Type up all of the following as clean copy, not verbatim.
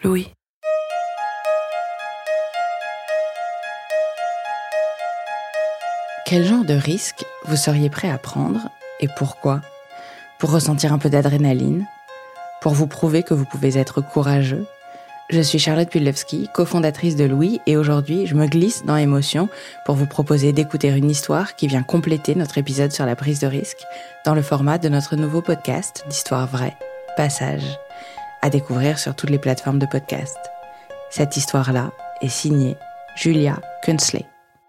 Louis. Quel genre de risque vous seriez prêt à prendre et pourquoi ? Pour ressentir un peu d'adrénaline ? Pour vous prouver que vous pouvez être courageux ? Je suis Charlotte Pudlewski, cofondatrice de Louis, et aujourd'hui, je me glisse dans Émotion pour vous proposer d'écouter une histoire qui vient compléter notre épisode sur la prise de risque dans le format de notre nouveau podcast d'Histoire vraie, Passage, à découvrir sur toutes les plateformes de podcast. Cette histoire-là est signée Julia Kunsley.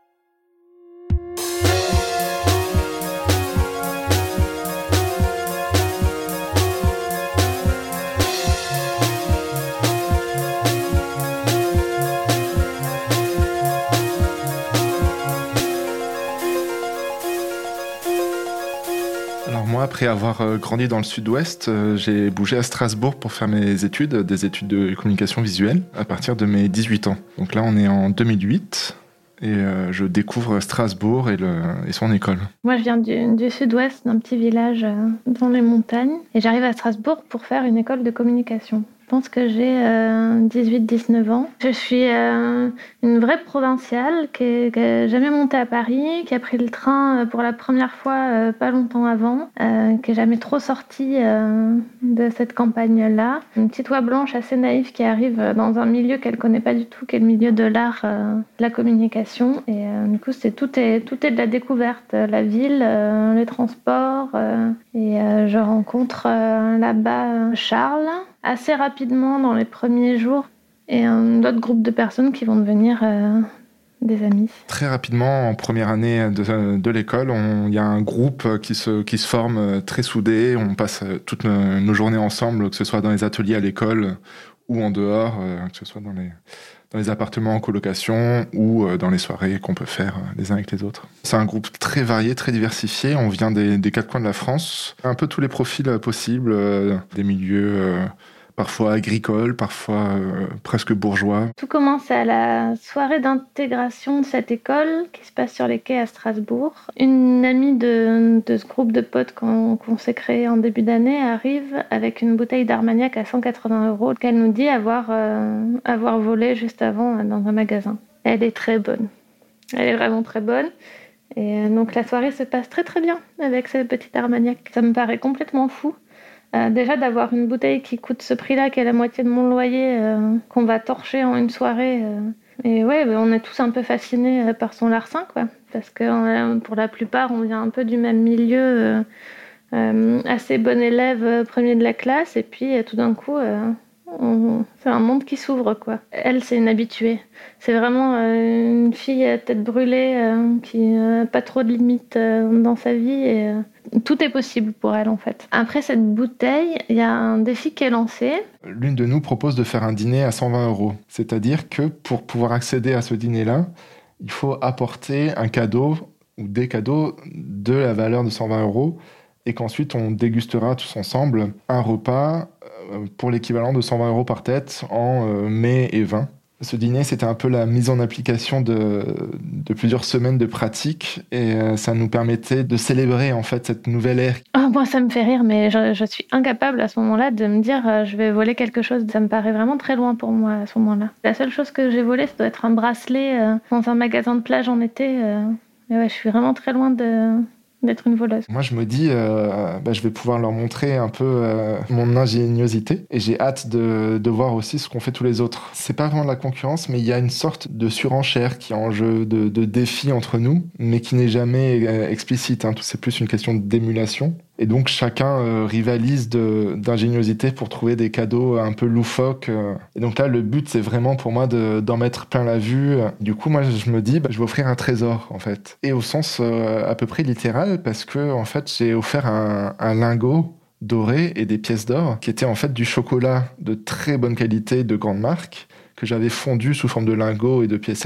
Après avoir grandi dans le sud-ouest, j'ai bougé à Strasbourg pour faire mes études, des études de communication visuelle, à partir de mes 18 ans. Donc là, on est en 2008 et je découvre Strasbourg et son école. Moi, je viens du sud-ouest, d'un petit village dans les montagnes, et j'arrive à Strasbourg pour faire une école de communication. Je pense que j'ai 18-19 ans. Je suis une vraie provinciale qui n'est jamais montée à Paris, qui a pris le train pour la première fois pas longtemps avant, qui n'est jamais trop sortie de cette campagne-là. Une petite oie blanche assez naïve qui arrive dans un milieu qu'elle ne connaît pas du tout, qui est le milieu de l'art, de la communication. Et du coup, tout est de la découverte. La ville, les transports. Et je rencontre là-bas Charles, assez rapidement dans les premiers jours, et d'autres groupes de personnes qui vont devenir des amis. Très rapidement, en première année de l'école, il y a un groupe qui se forme très soudé. On passe toutes nos journées ensemble, que ce soit dans les ateliers à l'école ou en dehors, que ce soit dans les appartements en colocation ou dans les soirées qu'on peut faire les uns avec les autres. C'est un groupe très varié, très diversifié. On vient des quatre coins de la France. Un peu tous les profils possibles, des milieux parfois agricoles, parfois presque bourgeois. Tout commence à la soirée d'intégration de cette école qui se passe sur les quais à Strasbourg. Une amie de ce groupe de potes qu'on s'est créé en début d'année arrive avec une bouteille d'Armagnac à 180 € qu'elle nous dit avoir volé juste avant dans un magasin. Elle est très bonne. Elle est vraiment très bonne. Et donc la soirée se passe très très bien avec cette petite Armagnac. Ça me paraît complètement fou. Déjà d'avoir une bouteille qui coûte ce prix-là, qui est la moitié de mon loyer, qu'on va torcher en une soirée. Et ouais, on est tous un peu fascinés par son larcin, quoi. Parce que pour la plupart, on vient un peu du même milieu, assez bon élève, premier de la classe. Et puis tout d'un coup, c'est un monde qui s'ouvre, quoi. Elle, c'est une habituée. C'est vraiment une fille à tête brûlée qui n'a pas trop de limites dans sa vie. Et tout est possible pour elle, en fait. Après cette bouteille, il y a un défi qui est lancé. L'une de nous propose de faire un dîner à 120 €. C'est-à-dire que pour pouvoir accéder à ce dîner-là, il faut apporter un cadeau ou des cadeaux de la valeur de 120 € et qu'ensuite on dégustera tous ensemble un repas pour l'équivalent de 120 € par tête en mai et vin. Ce dîner, c'était un peu la mise en application de plusieurs semaines de pratique et ça nous permettait de célébrer en fait cette nouvelle ère. Moi, ça me fait rire, mais je suis incapable à ce moment-là de me dire je vais voler quelque chose. Ça me paraît vraiment très loin pour moi à ce moment-là. La seule chose que j'ai volée, ça doit être un bracelet dans un magasin de plage en été. Et ouais, je suis vraiment très loin d'être une voleuse. Moi, je me dis, je vais pouvoir leur montrer un peu mon ingéniosité et j'ai hâte de voir aussi ce qu'ont fait tous les autres. C'est pas vraiment de la concurrence, mais il y a une sorte de surenchère qui est en jeu, de défi entre nous, mais qui n'est jamais explicite. C'est plus une question d'émulation. Et donc, chacun rivalise d'ingéniosité pour trouver des cadeaux un peu loufoques. Et donc là, le but, c'est vraiment pour moi d'en mettre plein la vue. Du coup, moi, je me dis, je vais offrir un trésor, en fait. Et au sens à peu près littéral, parce que, en fait, j'ai offert un lingot doré et des pièces d'or, qui étaient en fait du chocolat de très bonne qualité, de grande marque, que j'avais fondu sous forme de lingots et de piécettes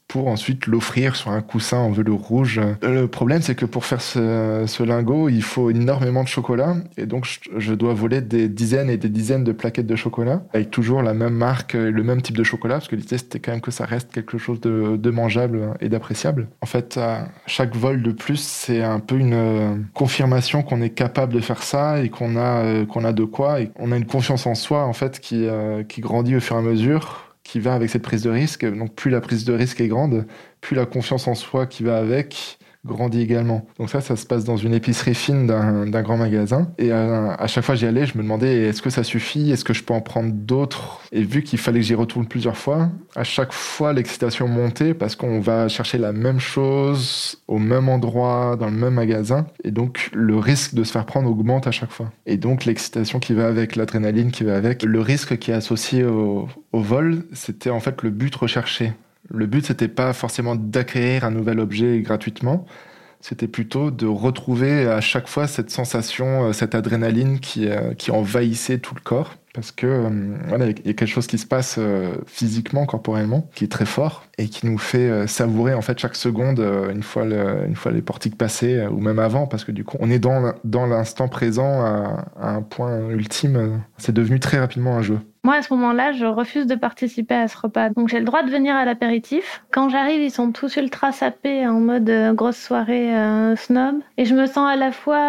pour ensuite l'offrir sur un coussin en velours rouge. Le problème, c'est que pour faire ce lingot, il faut énormément de chocolat, et donc je dois voler des dizaines et des dizaines de plaquettes de chocolat, avec toujours la même marque, le même type de chocolat, parce que l'idée, c'était quand même que ça reste quelque chose de mangeable et d'appréciable. En fait, chaque vol de plus, c'est un peu une confirmation qu'on est capable de faire ça, et qu'on a de quoi, et on a une confiance en soi, en fait, qui grandit au fur et à mesure, qui va avec cette prise de risque. Donc plus la prise de risque est grande, plus la confiance en soi qui va avec grandit également. Donc ça se passe dans une épicerie fine d'un grand magasin. Et à chaque fois j'y allais, je me demandais, est-ce que ça suffit? Est-ce que je peux en prendre d'autres? Et vu qu'il fallait que j'y retourne plusieurs fois, à chaque fois l'excitation montait, parce qu'on va chercher la même chose au même endroit, dans le même magasin. Et donc le risque de se faire prendre augmente à chaque fois. Et donc l'excitation qui va avec, l'adrénaline qui va avec, le risque qui est associé au vol, c'était en fait le but recherché. Le but, c'était pas forcément d'acquérir un nouvel objet gratuitement, c'était plutôt de retrouver à chaque fois cette sensation, cette adrénaline qui envahissait tout le corps. Parce que voilà, il y a quelque chose qui se passe physiquement, corporellement, qui est très fort et qui nous fait savourer en fait chaque seconde une fois les portiques passés, ou même avant, parce que du coup on est dans l'instant présent à un point ultime. C'est devenu très rapidement un jeu. Moi, à ce moment-là, je refuse de participer à ce repas. Donc, j'ai le droit de venir à l'apéritif. Quand j'arrive, ils sont tous ultra sapés en mode grosse soirée snob. Et je me sens à la fois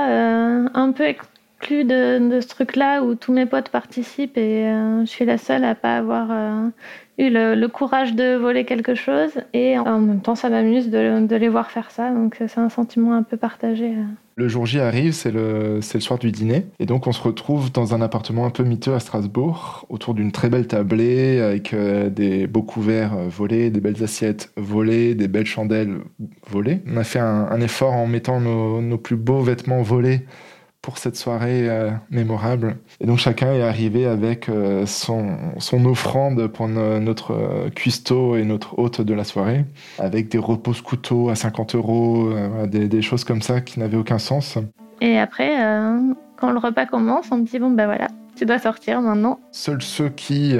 un peu exclue de ce truc-là où tous mes potes participent et je suis la seule à pas avoir eu le courage de voler quelque chose. Et en même temps, ça m'amuse de les voir faire ça. Donc, c'est un sentiment un peu partagé. Le jour J arrive, c'est le soir du dîner. Et donc, on se retrouve dans un appartement un peu miteux à Strasbourg, autour d'une très belle tablée, avec des beaux couverts volés, des belles assiettes volées, des belles chandelles volées. On a fait un effort en mettant nos plus beaux vêtements volés pour cette soirée mémorable. Et donc, chacun est arrivé avec son offrande pour notre cuistot et notre hôte de la soirée, avec des repose-couteaux à 50 €, des choses comme ça qui n'avaient aucun sens. Et après, quand le repas commence, on me dit « Bon, ben voilà, tu dois sortir maintenant. » Seuls ceux qui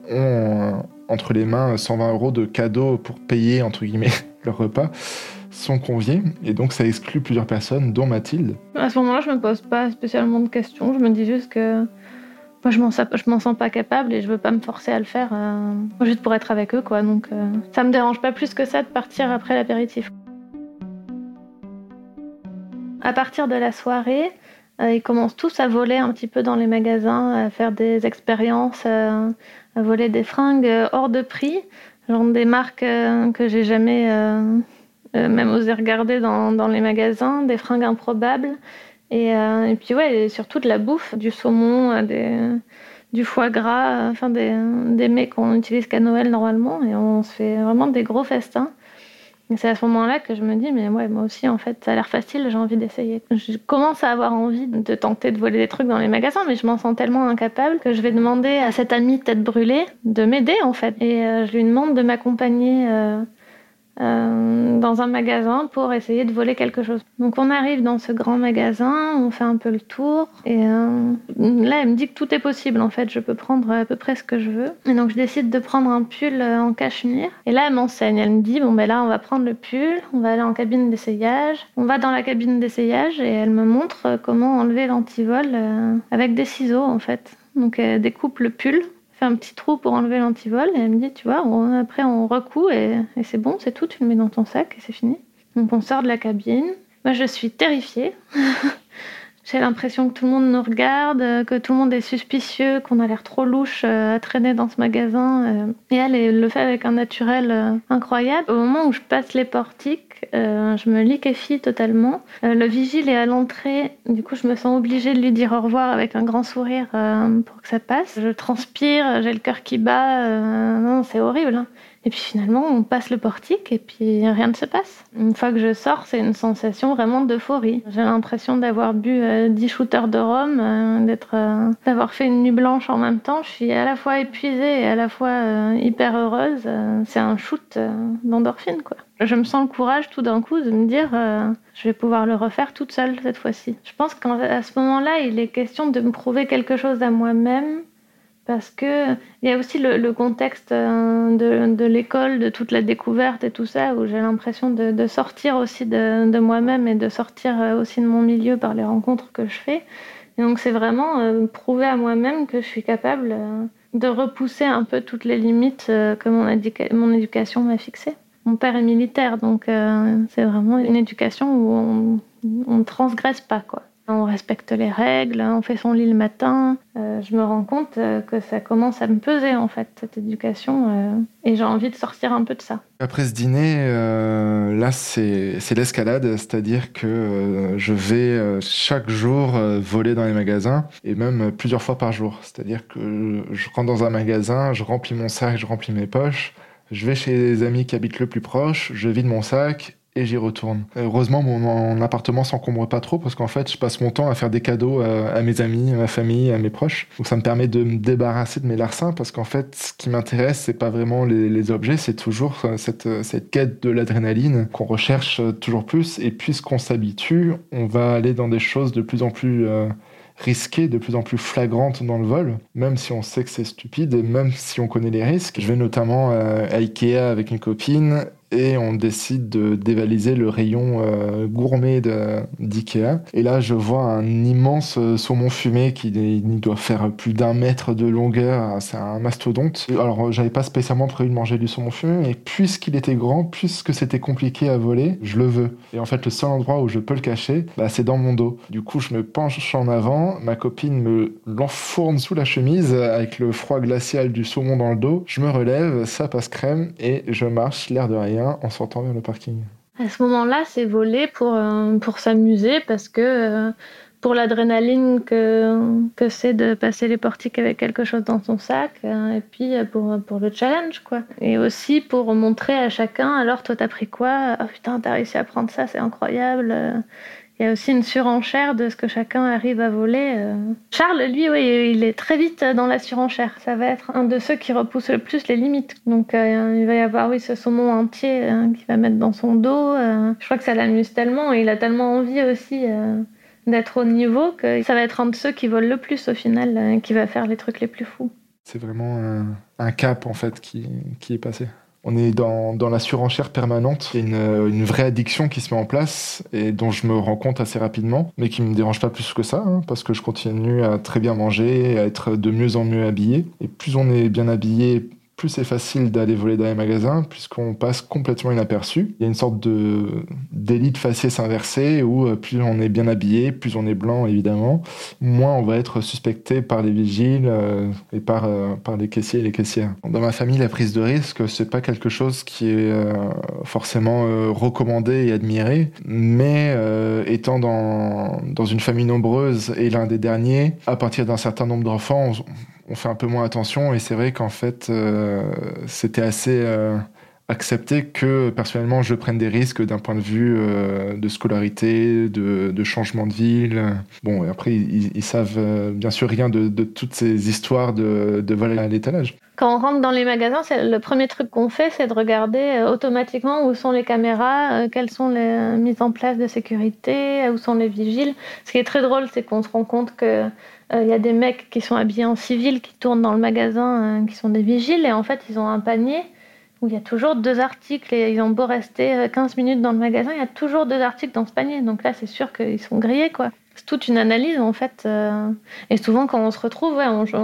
ont entre les mains 120 € de cadeaux pour payer, entre guillemets, leur repas, sont conviés, et donc ça exclut plusieurs personnes, dont Mathilde. À ce moment-là, je me pose pas spécialement de questions. Je me dis juste que moi, je m'en sens pas capable et je veux pas me forcer à le faire juste pour être avec eux, quoi. Donc, ça me dérange pas plus que ça de partir après l'apéritif. À partir de la soirée, ils commencent tous à voler un petit peu dans les magasins, à faire des expériences, à voler des fringues hors de prix, genre des marques que j'ai jamais même osé regarder dans les magasins, des fringues improbables. Et puis ouais, et surtout de la bouffe, du saumon, du foie gras, enfin des mets qu'on utilise qu'à Noël normalement. Et on se fait vraiment des gros festins. Et c'est à ce moment-là que je me dis, mais ouais, moi aussi, en fait, ça a l'air facile, j'ai envie d'essayer. Je commence à avoir envie de tenter de voler des trucs dans les magasins, mais je m'en sens tellement incapable que je vais demander à cette amie tête brûlée de m'aider, en fait. Et je lui demande de m'accompagner dans un magasin pour essayer de voler quelque chose. Donc on arrive dans ce grand magasin, on fait un peu le tour et là elle me dit que tout est possible en fait, je peux prendre à peu près ce que je veux. Et donc je décide de prendre un pull en cachemire et là elle m'enseigne, elle me dit bon ben là on va prendre le pull, on va aller en cabine d'essayage, on va dans la cabine d'essayage et elle me montre comment enlever l'antivol avec des ciseaux en fait. Donc elle découpe le pull, un petit trou pour enlever l'antivol et elle me dit tu vois après on recoue et c'est bon, c'est tout, tu le mets dans ton sac et c'est fini. Donc on sort de la cabine, moi je suis terrifiée. J'ai l'impression que tout le monde nous regarde, que tout le monde est suspicieux, qu'on a l'air trop louche à traîner dans ce magasin. Et elle le fait avec un naturel incroyable. Au moment où je passe les portiques, je me liquéfie totalement. Le vigile est à l'entrée, du coup je me sens obligée de lui dire au revoir avec un grand sourire pour que ça passe. Je transpire, j'ai le cœur qui bat, non, c'est horrible. Hein. Et puis finalement, on passe le portique et puis rien ne se passe. Une fois que je sors, c'est une sensation vraiment d'euphorie. J'ai l'impression d'avoir bu 10 shooters de rhum, d'avoir fait une nuit blanche en même temps. Je suis à la fois épuisée et à la fois hyper heureuse. C'est un shoot d'endorphine, quoi. Je me sens le courage tout d'un coup de me dire je vais pouvoir le refaire toute seule cette fois-ci. Je pense qu'à ce moment-là, il est question de me prouver quelque chose à moi-même. parce que il y a aussi le contexte de l'école, de toute la découverte et tout ça, où j'ai l'impression de sortir aussi de moi-même et de sortir aussi de mon milieu par les rencontres que je fais. Et donc c'est vraiment prouver à moi-même que je suis capable de repousser un peu toutes les limites que mon éducation m'a fixées. Mon père est militaire, donc c'est vraiment une éducation où on ne transgresse pas, quoi. On respecte les règles, on fait son lit le matin. Je me rends compte que ça commence à me peser, en fait, cette éducation. Et j'ai envie de sortir un peu de ça. Après ce dîner, là, c'est l'escalade. C'est-à-dire que je vais chaque jour voler dans les magasins, et même plusieurs fois par jour. C'est-à-dire que je rentre dans un magasin, je remplis mon sac, je remplis mes poches. Je vais chez les amis qui habitent le plus proche, je vide mon sac et j'y retourne. Heureusement, mon appartement s'encombre pas trop parce qu'en fait, je passe mon temps à faire des cadeaux à mes amis, à ma famille, à mes proches. Donc ça me permet de me débarrasser de mes larcins parce qu'en fait, ce qui m'intéresse, c'est pas vraiment les objets, c'est toujours cette quête de l'adrénaline qu'on recherche toujours plus. Et puisqu'on s'habitue, on va aller dans des choses de plus en plus risquées, de plus en plus flagrantes dans le vol, même si on sait que c'est stupide et même si on connaît les risques. Je vais notamment à Ikea avec une copine et on décide de dévaliser le rayon gourmet d'Ikea. Et là, je vois un immense saumon fumé qui doit faire plus d'1 mètre de longueur. C'est un mastodonte. Alors, j'avais pas spécialement prévu de manger du saumon fumé, mais puisqu'il était grand, puisque c'était compliqué à voler, je le veux. Et en fait, le seul endroit où je peux le cacher, c'est dans mon dos. Du coup, je me penche en avant, ma copine me l'enfourne sous la chemise avec le froid glacial du saumon dans le dos. Je me relève, ça passe crème et je marche, l'air de rien, en sortant vers le parking. À ce moment-là, c'est voler pour s'amuser parce que pour l'adrénaline que c'est de passer les portiques avec quelque chose dans son sac et puis pour le challenge, quoi. Et aussi pour montrer à chacun, alors toi t'as pris quoi ? Oh putain, t'as réussi à prendre ça, c'est incroyable. Il y a aussi une surenchère de ce que chacun arrive à voler. Charles, lui, oui, il est très vite dans la surenchère. Ça va être un de ceux qui repousse le plus les limites. Donc il va y avoir, oui, ce saumon entier qu'il va mettre dans son dos. Je crois que ça l'amuse tellement et il a tellement envie aussi d'être au niveau que ça va être un de ceux qui volent le plus au final, qui va faire les trucs les plus fous. C'est vraiment un cap, en fait, qui est passé. On est dans la surenchère permanente. Il y a une vraie addiction qui se met en place et dont je me rends compte assez rapidement, mais qui me dérange pas plus que ça, parce que je continue à très bien manger, à être de mieux en mieux habillé. Et plus on est bien habillé, plus c'est facile d'aller voler dans les magasins, puisqu'on passe complètement inaperçu. Il y a une sorte d'élite faciès inversée où plus on est bien habillé, plus on est blanc évidemment, moins on va être suspecté par les vigiles et par les caissiers et les caissières. Dans ma famille, la prise de risque, c'est pas quelque chose qui est forcément recommandé et admiré, mais étant dans une famille nombreuse et l'un des derniers, à partir d'un certain nombre d'enfants, on fait un peu moins attention et c'est vrai qu'en fait c'était assez accepté que personnellement je prenne des risques d'un point de vue de scolarité, de changement de ville. Bon, et après ils savent bien sûr rien de toutes ces histoires de vol à l'étalage. Quand on rentre dans les magasins, le premier truc qu'on fait, c'est de regarder automatiquement où sont les caméras, quelles sont les mises en place de sécurité, où sont les vigiles. Ce qui est très drôle, c'est qu'on se rend compte que il y a des mecs qui sont habillés en civil qui tournent dans le magasin, qui sont des vigiles, et en fait ils ont un panier où il y a toujours 2 articles et ils ont beau rester 15 minutes dans le magasin, il y a toujours 2 articles dans ce panier. Donc là c'est sûr qu'ils sont grillés, quoi. C'est toute une analyse en fait. Et souvent quand on se retrouve,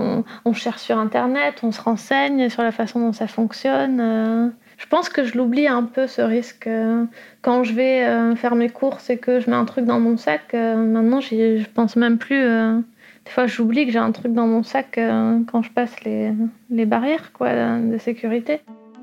on cherche sur internet, on se renseigne sur la façon dont ça fonctionne. Je pense que je l'oublie un peu ce risque. Quand je vais faire mes courses et que je mets un truc dans mon sac, maintenant je pense même plus... Des fois, j'oublie que j'ai un truc dans mon sac quand je passe les barrières, quoi, de sécurité.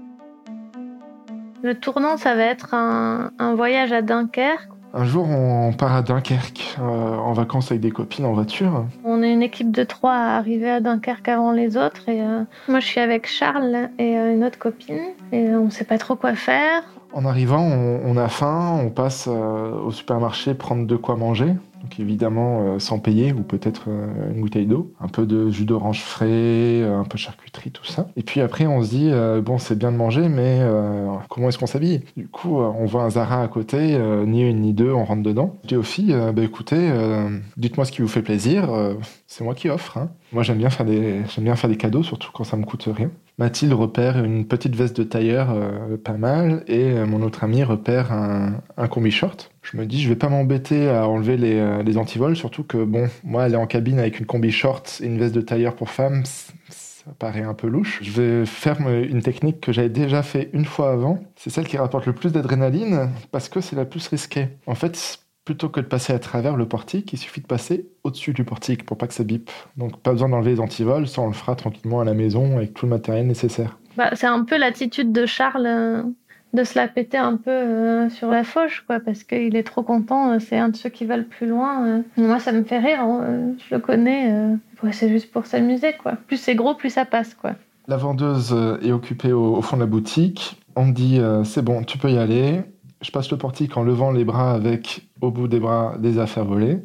Le tournant, ça va être un voyage à Dunkerque. Un jour, on part à Dunkerque, en vacances avec des copines en voiture. On est une équipe de 3 à arriver à Dunkerque avant les autres. Et moi, je suis avec Charles et une autre copine. Et on ne sait pas trop quoi faire. En arrivant, on a faim, on passe au supermarché prendre de quoi manger. Donc évidemment, sans payer, ou peut-être une bouteille d'eau, un peu de jus d'orange frais, un peu de charcuterie, tout ça. Et puis après, on se dit, bon, c'est bien de manger, mais comment est-ce qu'on s'habille? Du coup, on voit un Zara à côté, ni une ni deux, on rentre dedans. Je dis aux filles, écoutez, dites-moi ce qui vous fait plaisir, c'est moi qui offre. Hein. Moi, j'aime bien faire des cadeaux, surtout quand ça me coûte rien. Mathilde repère une petite veste de tailleur pas mal, et mon autre ami repère un combi short. Je me dis, je vais pas m'embêter à enlever les antivols, surtout que, bon, moi, aller en cabine avec une combi short et une veste de tailleur pour femme, ça paraît un peu louche. Je vais faire une technique que j'avais déjà fait une fois avant. C'est celle qui rapporte le plus d'adrénaline, parce que c'est la plus risquée. En fait, plutôt que de passer à travers le portique, il suffit de passer au-dessus du portique pour pas que ça bipe. Donc pas besoin d'enlever les antivols, ça on le fera tranquillement à la maison avec tout le matériel nécessaire. C'est un peu l'attitude de Charles de se la péter un peu sur la fauche, quoi, parce qu'il est trop content, c'est un de ceux qui va le plus loin. Moi ça me fait rire, je le connais, c'est juste pour s'amuser, quoi. Plus c'est gros, plus ça passe, quoi. La vendeuse est occupée au fond de la boutique. On me dit c'est bon, tu peux y aller. Je passe le portique en levant les bras avec, au bout des bras, des affaires volées.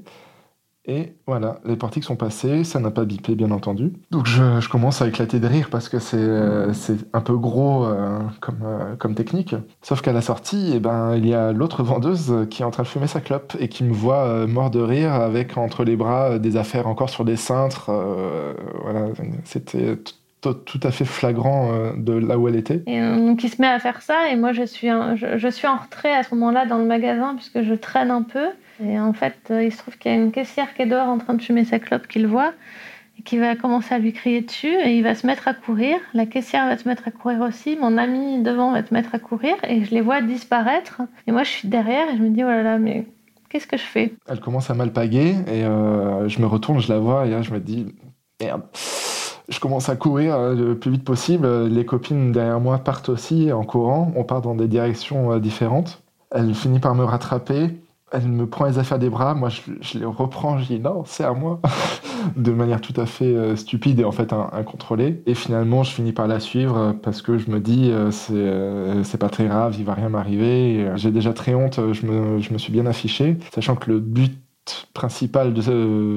Et voilà, les portiques sont passés, ça n'a pas bipé, bien entendu. Donc je commence à éclater de rire parce que c'est un peu gros comme technique. Sauf qu'à la sortie, il y a l'autre vendeuse qui est en train de fumer sa clope et qui me voit mort de rire avec entre les bras des affaires encore sur des cintres. Voilà, c'était tout à fait flagrant de là où elle était. Et donc il se met à faire ça et moi je suis en retrait à ce moment-là dans le magasin puisque je traîne un peu. Et en fait, il se trouve qu'il y a une caissière qui est dehors en train de fumer sa clope qui le voit et qui va commencer à lui crier dessus et il va se mettre à courir. La caissière va se mettre à courir aussi. Mon ami devant va se mettre à courir et je les vois disparaître. Et moi, je suis derrière et je me dis, oh là là, mais qu'est-ce que je fais? Elle commence à m'alpaguer et je me retourne, je la vois et là, je me dis, merde. Je commence à courir le plus vite possible. Les copines derrière moi partent aussi en courant. On part dans des directions différentes. Elle finit par me rattraper. Elle me prend les affaires des bras. Moi, je les reprends. Je dis non, c'est à moi. De manière tout à fait stupide et en fait incontrôlée. Et finalement, je finis par la suivre parce que je me dis c'est pas très grave, il va rien m'arriver. Et j'ai déjà très honte. Je me suis bien affiché, sachant que le but principal de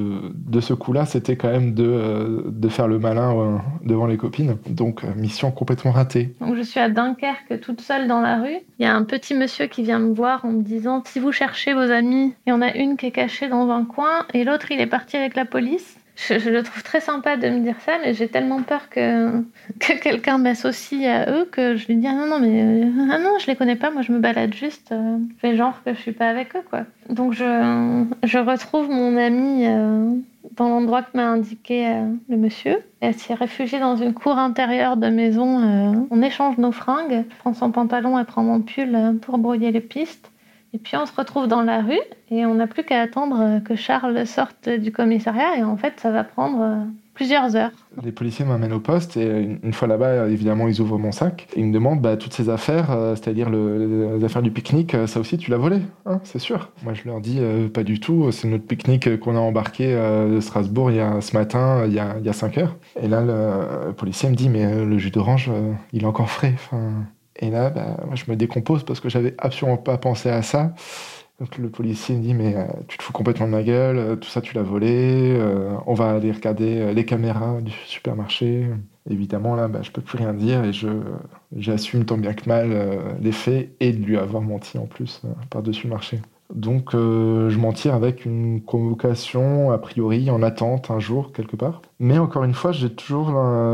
ce coup-là, c'était quand même de faire le malin devant les copines. Donc, mission complètement ratée. Donc, je suis à Dunkerque, toute seule dans la rue. Il y a un petit monsieur qui vient me voir en me disant « Si vous cherchez vos amis, il y en a une qui est cachée dans un coin et l'autre, il est parti avec la police. » Je le trouve très sympa de me dire ça, mais j'ai tellement peur que quelqu'un m'associe à eux que je lui dis « Ah non, non, je les connais pas, moi je me balade juste, je fais genre que je suis pas avec eux, quoi. » Donc je retrouve mon amie dans l'endroit que m'a indiqué le monsieur. Elle s'est réfugiée dans une cour intérieure de maison. On échange nos fringues. Je prends son pantalon, elle prend mon pull pour brouiller les pistes. Et puis on se retrouve dans la rue et on n'a plus qu'à attendre que Charles sorte du commissariat et en fait ça va prendre plusieurs heures. Les policiers m'amènent au poste et une fois là-bas, évidemment, ils ouvrent mon sac et ils me demandent toutes ces affaires, c'est-à-dire les affaires du pique-nique, ça aussi tu l'as volé, hein, c'est sûr. Moi je leur dis pas du tout, c'est notre pique-nique qu'on a embarqué de Strasbourg ce matin, il y a 5 heures. Et là le policier me dit mais le jus d'orange, il est encore frais. Et là, moi, je me décompose parce que j'avais absolument pas pensé à ça. Donc le policier me dit mais tu te fous complètement de ma gueule, tout ça tu l'as volé, on va aller regarder les caméras du supermarché. Évidemment là, je peux plus rien dire et j'assume tant bien que mal les faits et de lui avoir menti en plus par-dessus le marché. Donc je m'en tire avec une convocation a priori en attente un jour quelque part. Mais encore une fois, j'ai toujours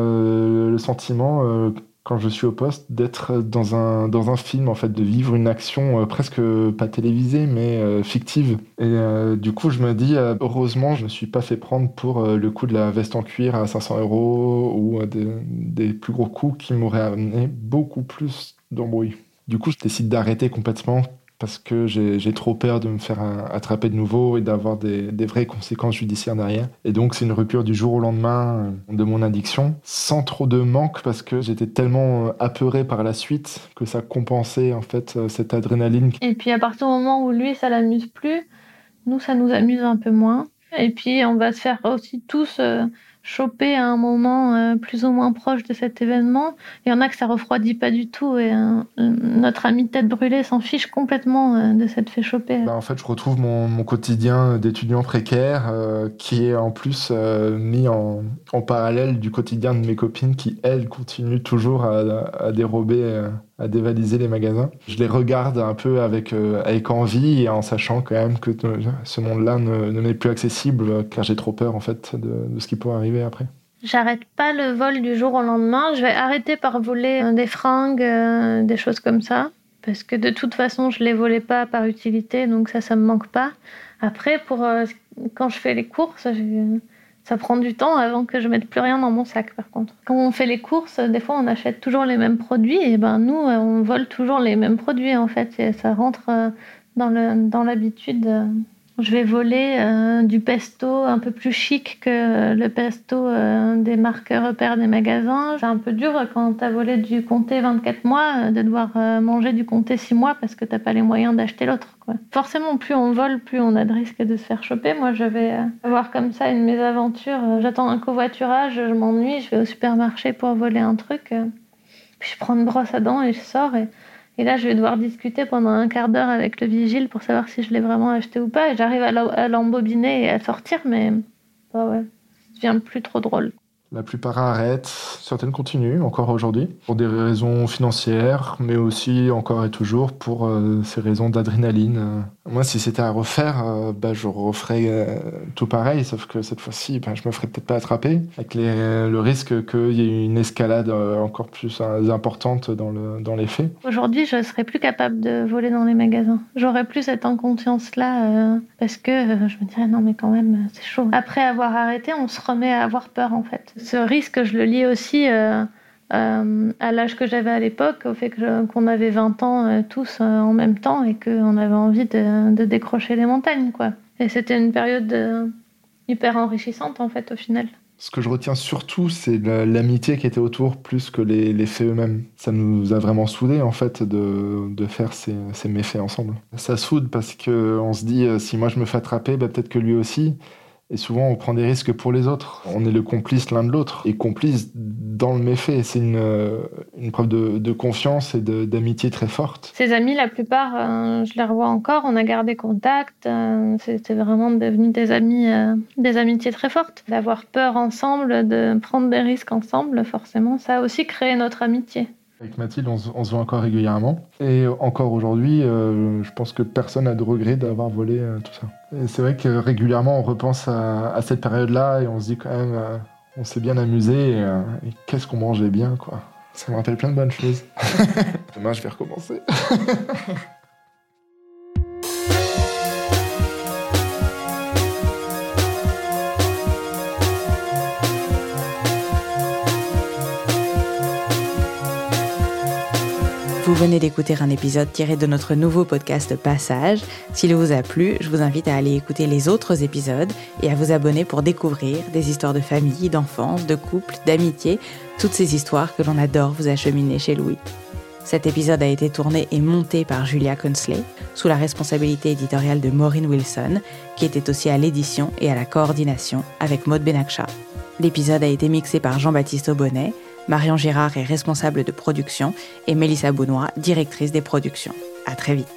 le sentiment quand je suis au poste, d'être dans un film, en fait, de vivre une action presque pas télévisée, mais fictive. Et du coup, je me dis, heureusement, je ne me suis pas fait prendre pour le coup de la veste en cuir à 500 € ou des plus gros coups qui m'auraient amené beaucoup plus d'embrouilles. Du coup, je décide d'arrêter complètement parce que j'ai trop peur de me faire attraper de nouveau et d'avoir des vraies conséquences judiciaires derrière. Et donc, c'est une rupture du jour au lendemain de mon addiction, sans trop de manque, parce que j'étais tellement apeuré par la suite que ça compensait, en fait, cette adrénaline. Et puis, à partir du moment où lui, ça l'amuse plus, nous, ça nous amuse un peu moins. Et puis, on va se faire aussi tous chopé à un moment plus ou moins proche de cet événement. Il y en a que ça refroidit pas du tout et notre ami tête brûlée s'en fiche complètement de s'être fait choper. En fait, je retrouve mon quotidien d'étudiant précaire qui est en plus mis en parallèle du quotidien de mes copines qui, elles, continuent toujours à dérober, à dévaliser les magasins. Je les regarde un peu avec envie et en sachant quand même que ce monde-là ne m'est plus accessible car j'ai trop peur en fait de ce qui pourrait arriver après. J'arrête pas le vol du jour au lendemain. Je vais arrêter par voler des fringues, des choses comme ça. Parce que de toute façon, je les volais pas par utilité, donc ça me manque pas. Après, quand je fais les courses, ça prend du temps avant que je mette plus rien dans mon sac, par contre. Quand on fait les courses, des fois, on achète toujours les mêmes produits, et nous, on vole toujours les mêmes produits, en fait, et ça rentre dans l'habitude. Je vais voler du pesto un peu plus chic que le pesto des marques repères des magasins. C'est un peu dur quand t'as volé du Comté 24 mois de devoir manger du Comté 6 mois parce que t'as pas les moyens d'acheter l'autre, quoi. Forcément, plus on vole, plus on a de risques de se faire choper. Moi, je vais avoir comme ça une mésaventure. J'attends un covoiturage, je m'ennuie, je vais au supermarché pour voler un truc. Puis je prends une brosse à dents et je sors et là, je vais devoir discuter pendant un quart d'heure avec le vigile pour savoir si je l'ai vraiment acheté ou pas. Et j'arrive à l'embobiner et à sortir, mais ça devient plus trop drôle. La plupart arrêtent, certaines continuent encore aujourd'hui, pour des raisons financières, mais aussi encore et toujours pour ces raisons d'adrénaline. Moi, si c'était à refaire, je referais tout pareil, sauf que cette fois-ci, je me ferais peut-être pas attraper, avec le risque qu'il y ait une escalade encore plus importante dans les faits. Aujourd'hui, je serais plus capable de voler dans les magasins. J'aurais plus cette inconscience-là, parce que je me dirais non mais quand même, c'est chaud. Après avoir arrêté, on se remet à avoir peur en fait. Ce risque, je le lie aussi à l'âge que j'avais à l'époque, au fait qu'on avait 20 ans tous en même temps et qu'on avait envie de décrocher les montagnes, quoi. Et c'était une période hyper enrichissante, en fait, au final. Ce que je retiens surtout, c'est l'amitié qui était autour plus que les faits eux-mêmes. Ça nous a vraiment soudés, en fait, de faire ces méfaits ensemble. Ça soude parce qu'on se dit, si moi je me fais attraper, peut-être que lui aussi. Et souvent, on prend des risques pour les autres. On est le complice l'un de l'autre. Et complice dans le méfait. C'est une preuve de confiance et d'amitié très forte. Ses amis, la plupart, je les revois encore. On a gardé contact. C'était vraiment devenu des amitiés très fortes. D'avoir peur ensemble, de prendre des risques ensemble, forcément, ça a aussi créé notre amitié. Avec Mathilde, on se voit encore régulièrement. Et encore aujourd'hui, je pense que personne n'a de regret d'avoir volé tout ça. Et c'est vrai que régulièrement, on repense à cette période-là et on se dit quand même, on s'est bien amusé et qu'est-ce qu'on mangeait bien, quoi. Ça me rappelle plein de bonnes choses. Demain, je vais recommencer. Vous venez d'écouter un épisode tiré de notre nouveau podcast Passage. S'il vous a plu, je vous invite à aller écouter les autres épisodes et à vous abonner pour découvrir des histoires de famille, d'enfance, de couple, d'amitié, toutes ces histoires que l'on adore vous acheminer chez Louis. Cet épisode a été tourné et monté par Julia Consley, sous la responsabilité éditoriale de Maureen Wilson, qui était aussi à l'édition et à la coordination avec Maud Benakcha. L'épisode a été mixé par Jean-Baptiste Aubonnet. Marion Girard est responsable de production et Mélissa Bounois, directrice des productions. À très vite.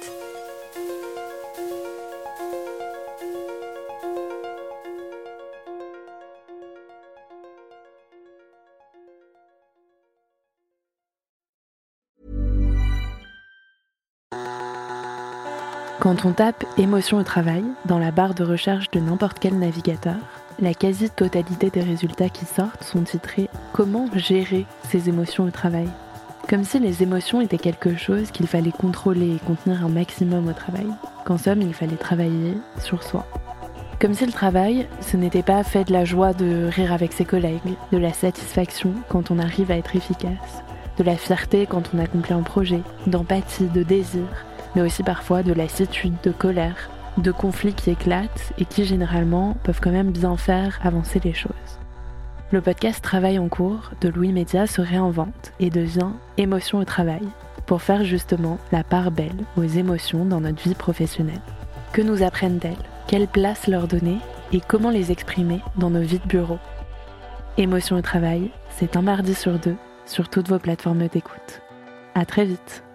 Quand on tape « émotion au travail » dans la barre de recherche de n'importe quel navigateur, la quasi-totalité des résultats qui sortent sont titrés « Comment gérer ses émotions au travail ?» Comme si les émotions étaient quelque chose qu'il fallait contrôler et contenir un maximum au travail, qu'en somme il fallait travailler sur soi. Comme si le travail, ce n'était pas fait de la joie de rire avec ses collègues, de la satisfaction quand on arrive à être efficace, de la fierté quand on accomplit un projet, d'empathie, de désir, mais aussi parfois de lassitude, de colère, de conflits qui éclatent et qui généralement peuvent quand même bien faire avancer les choses. Le podcast Travail en cours de Louis Média se réinvente et devient Émotion au travail, pour faire justement la part belle aux émotions dans notre vie professionnelle. Que nous apprennent-elles ? Quelle place leur donner ? Et comment les exprimer dans nos vies de bureau ? Émotion au travail, c'est un mardi sur 2 sur toutes vos plateformes d'écoute. À très vite.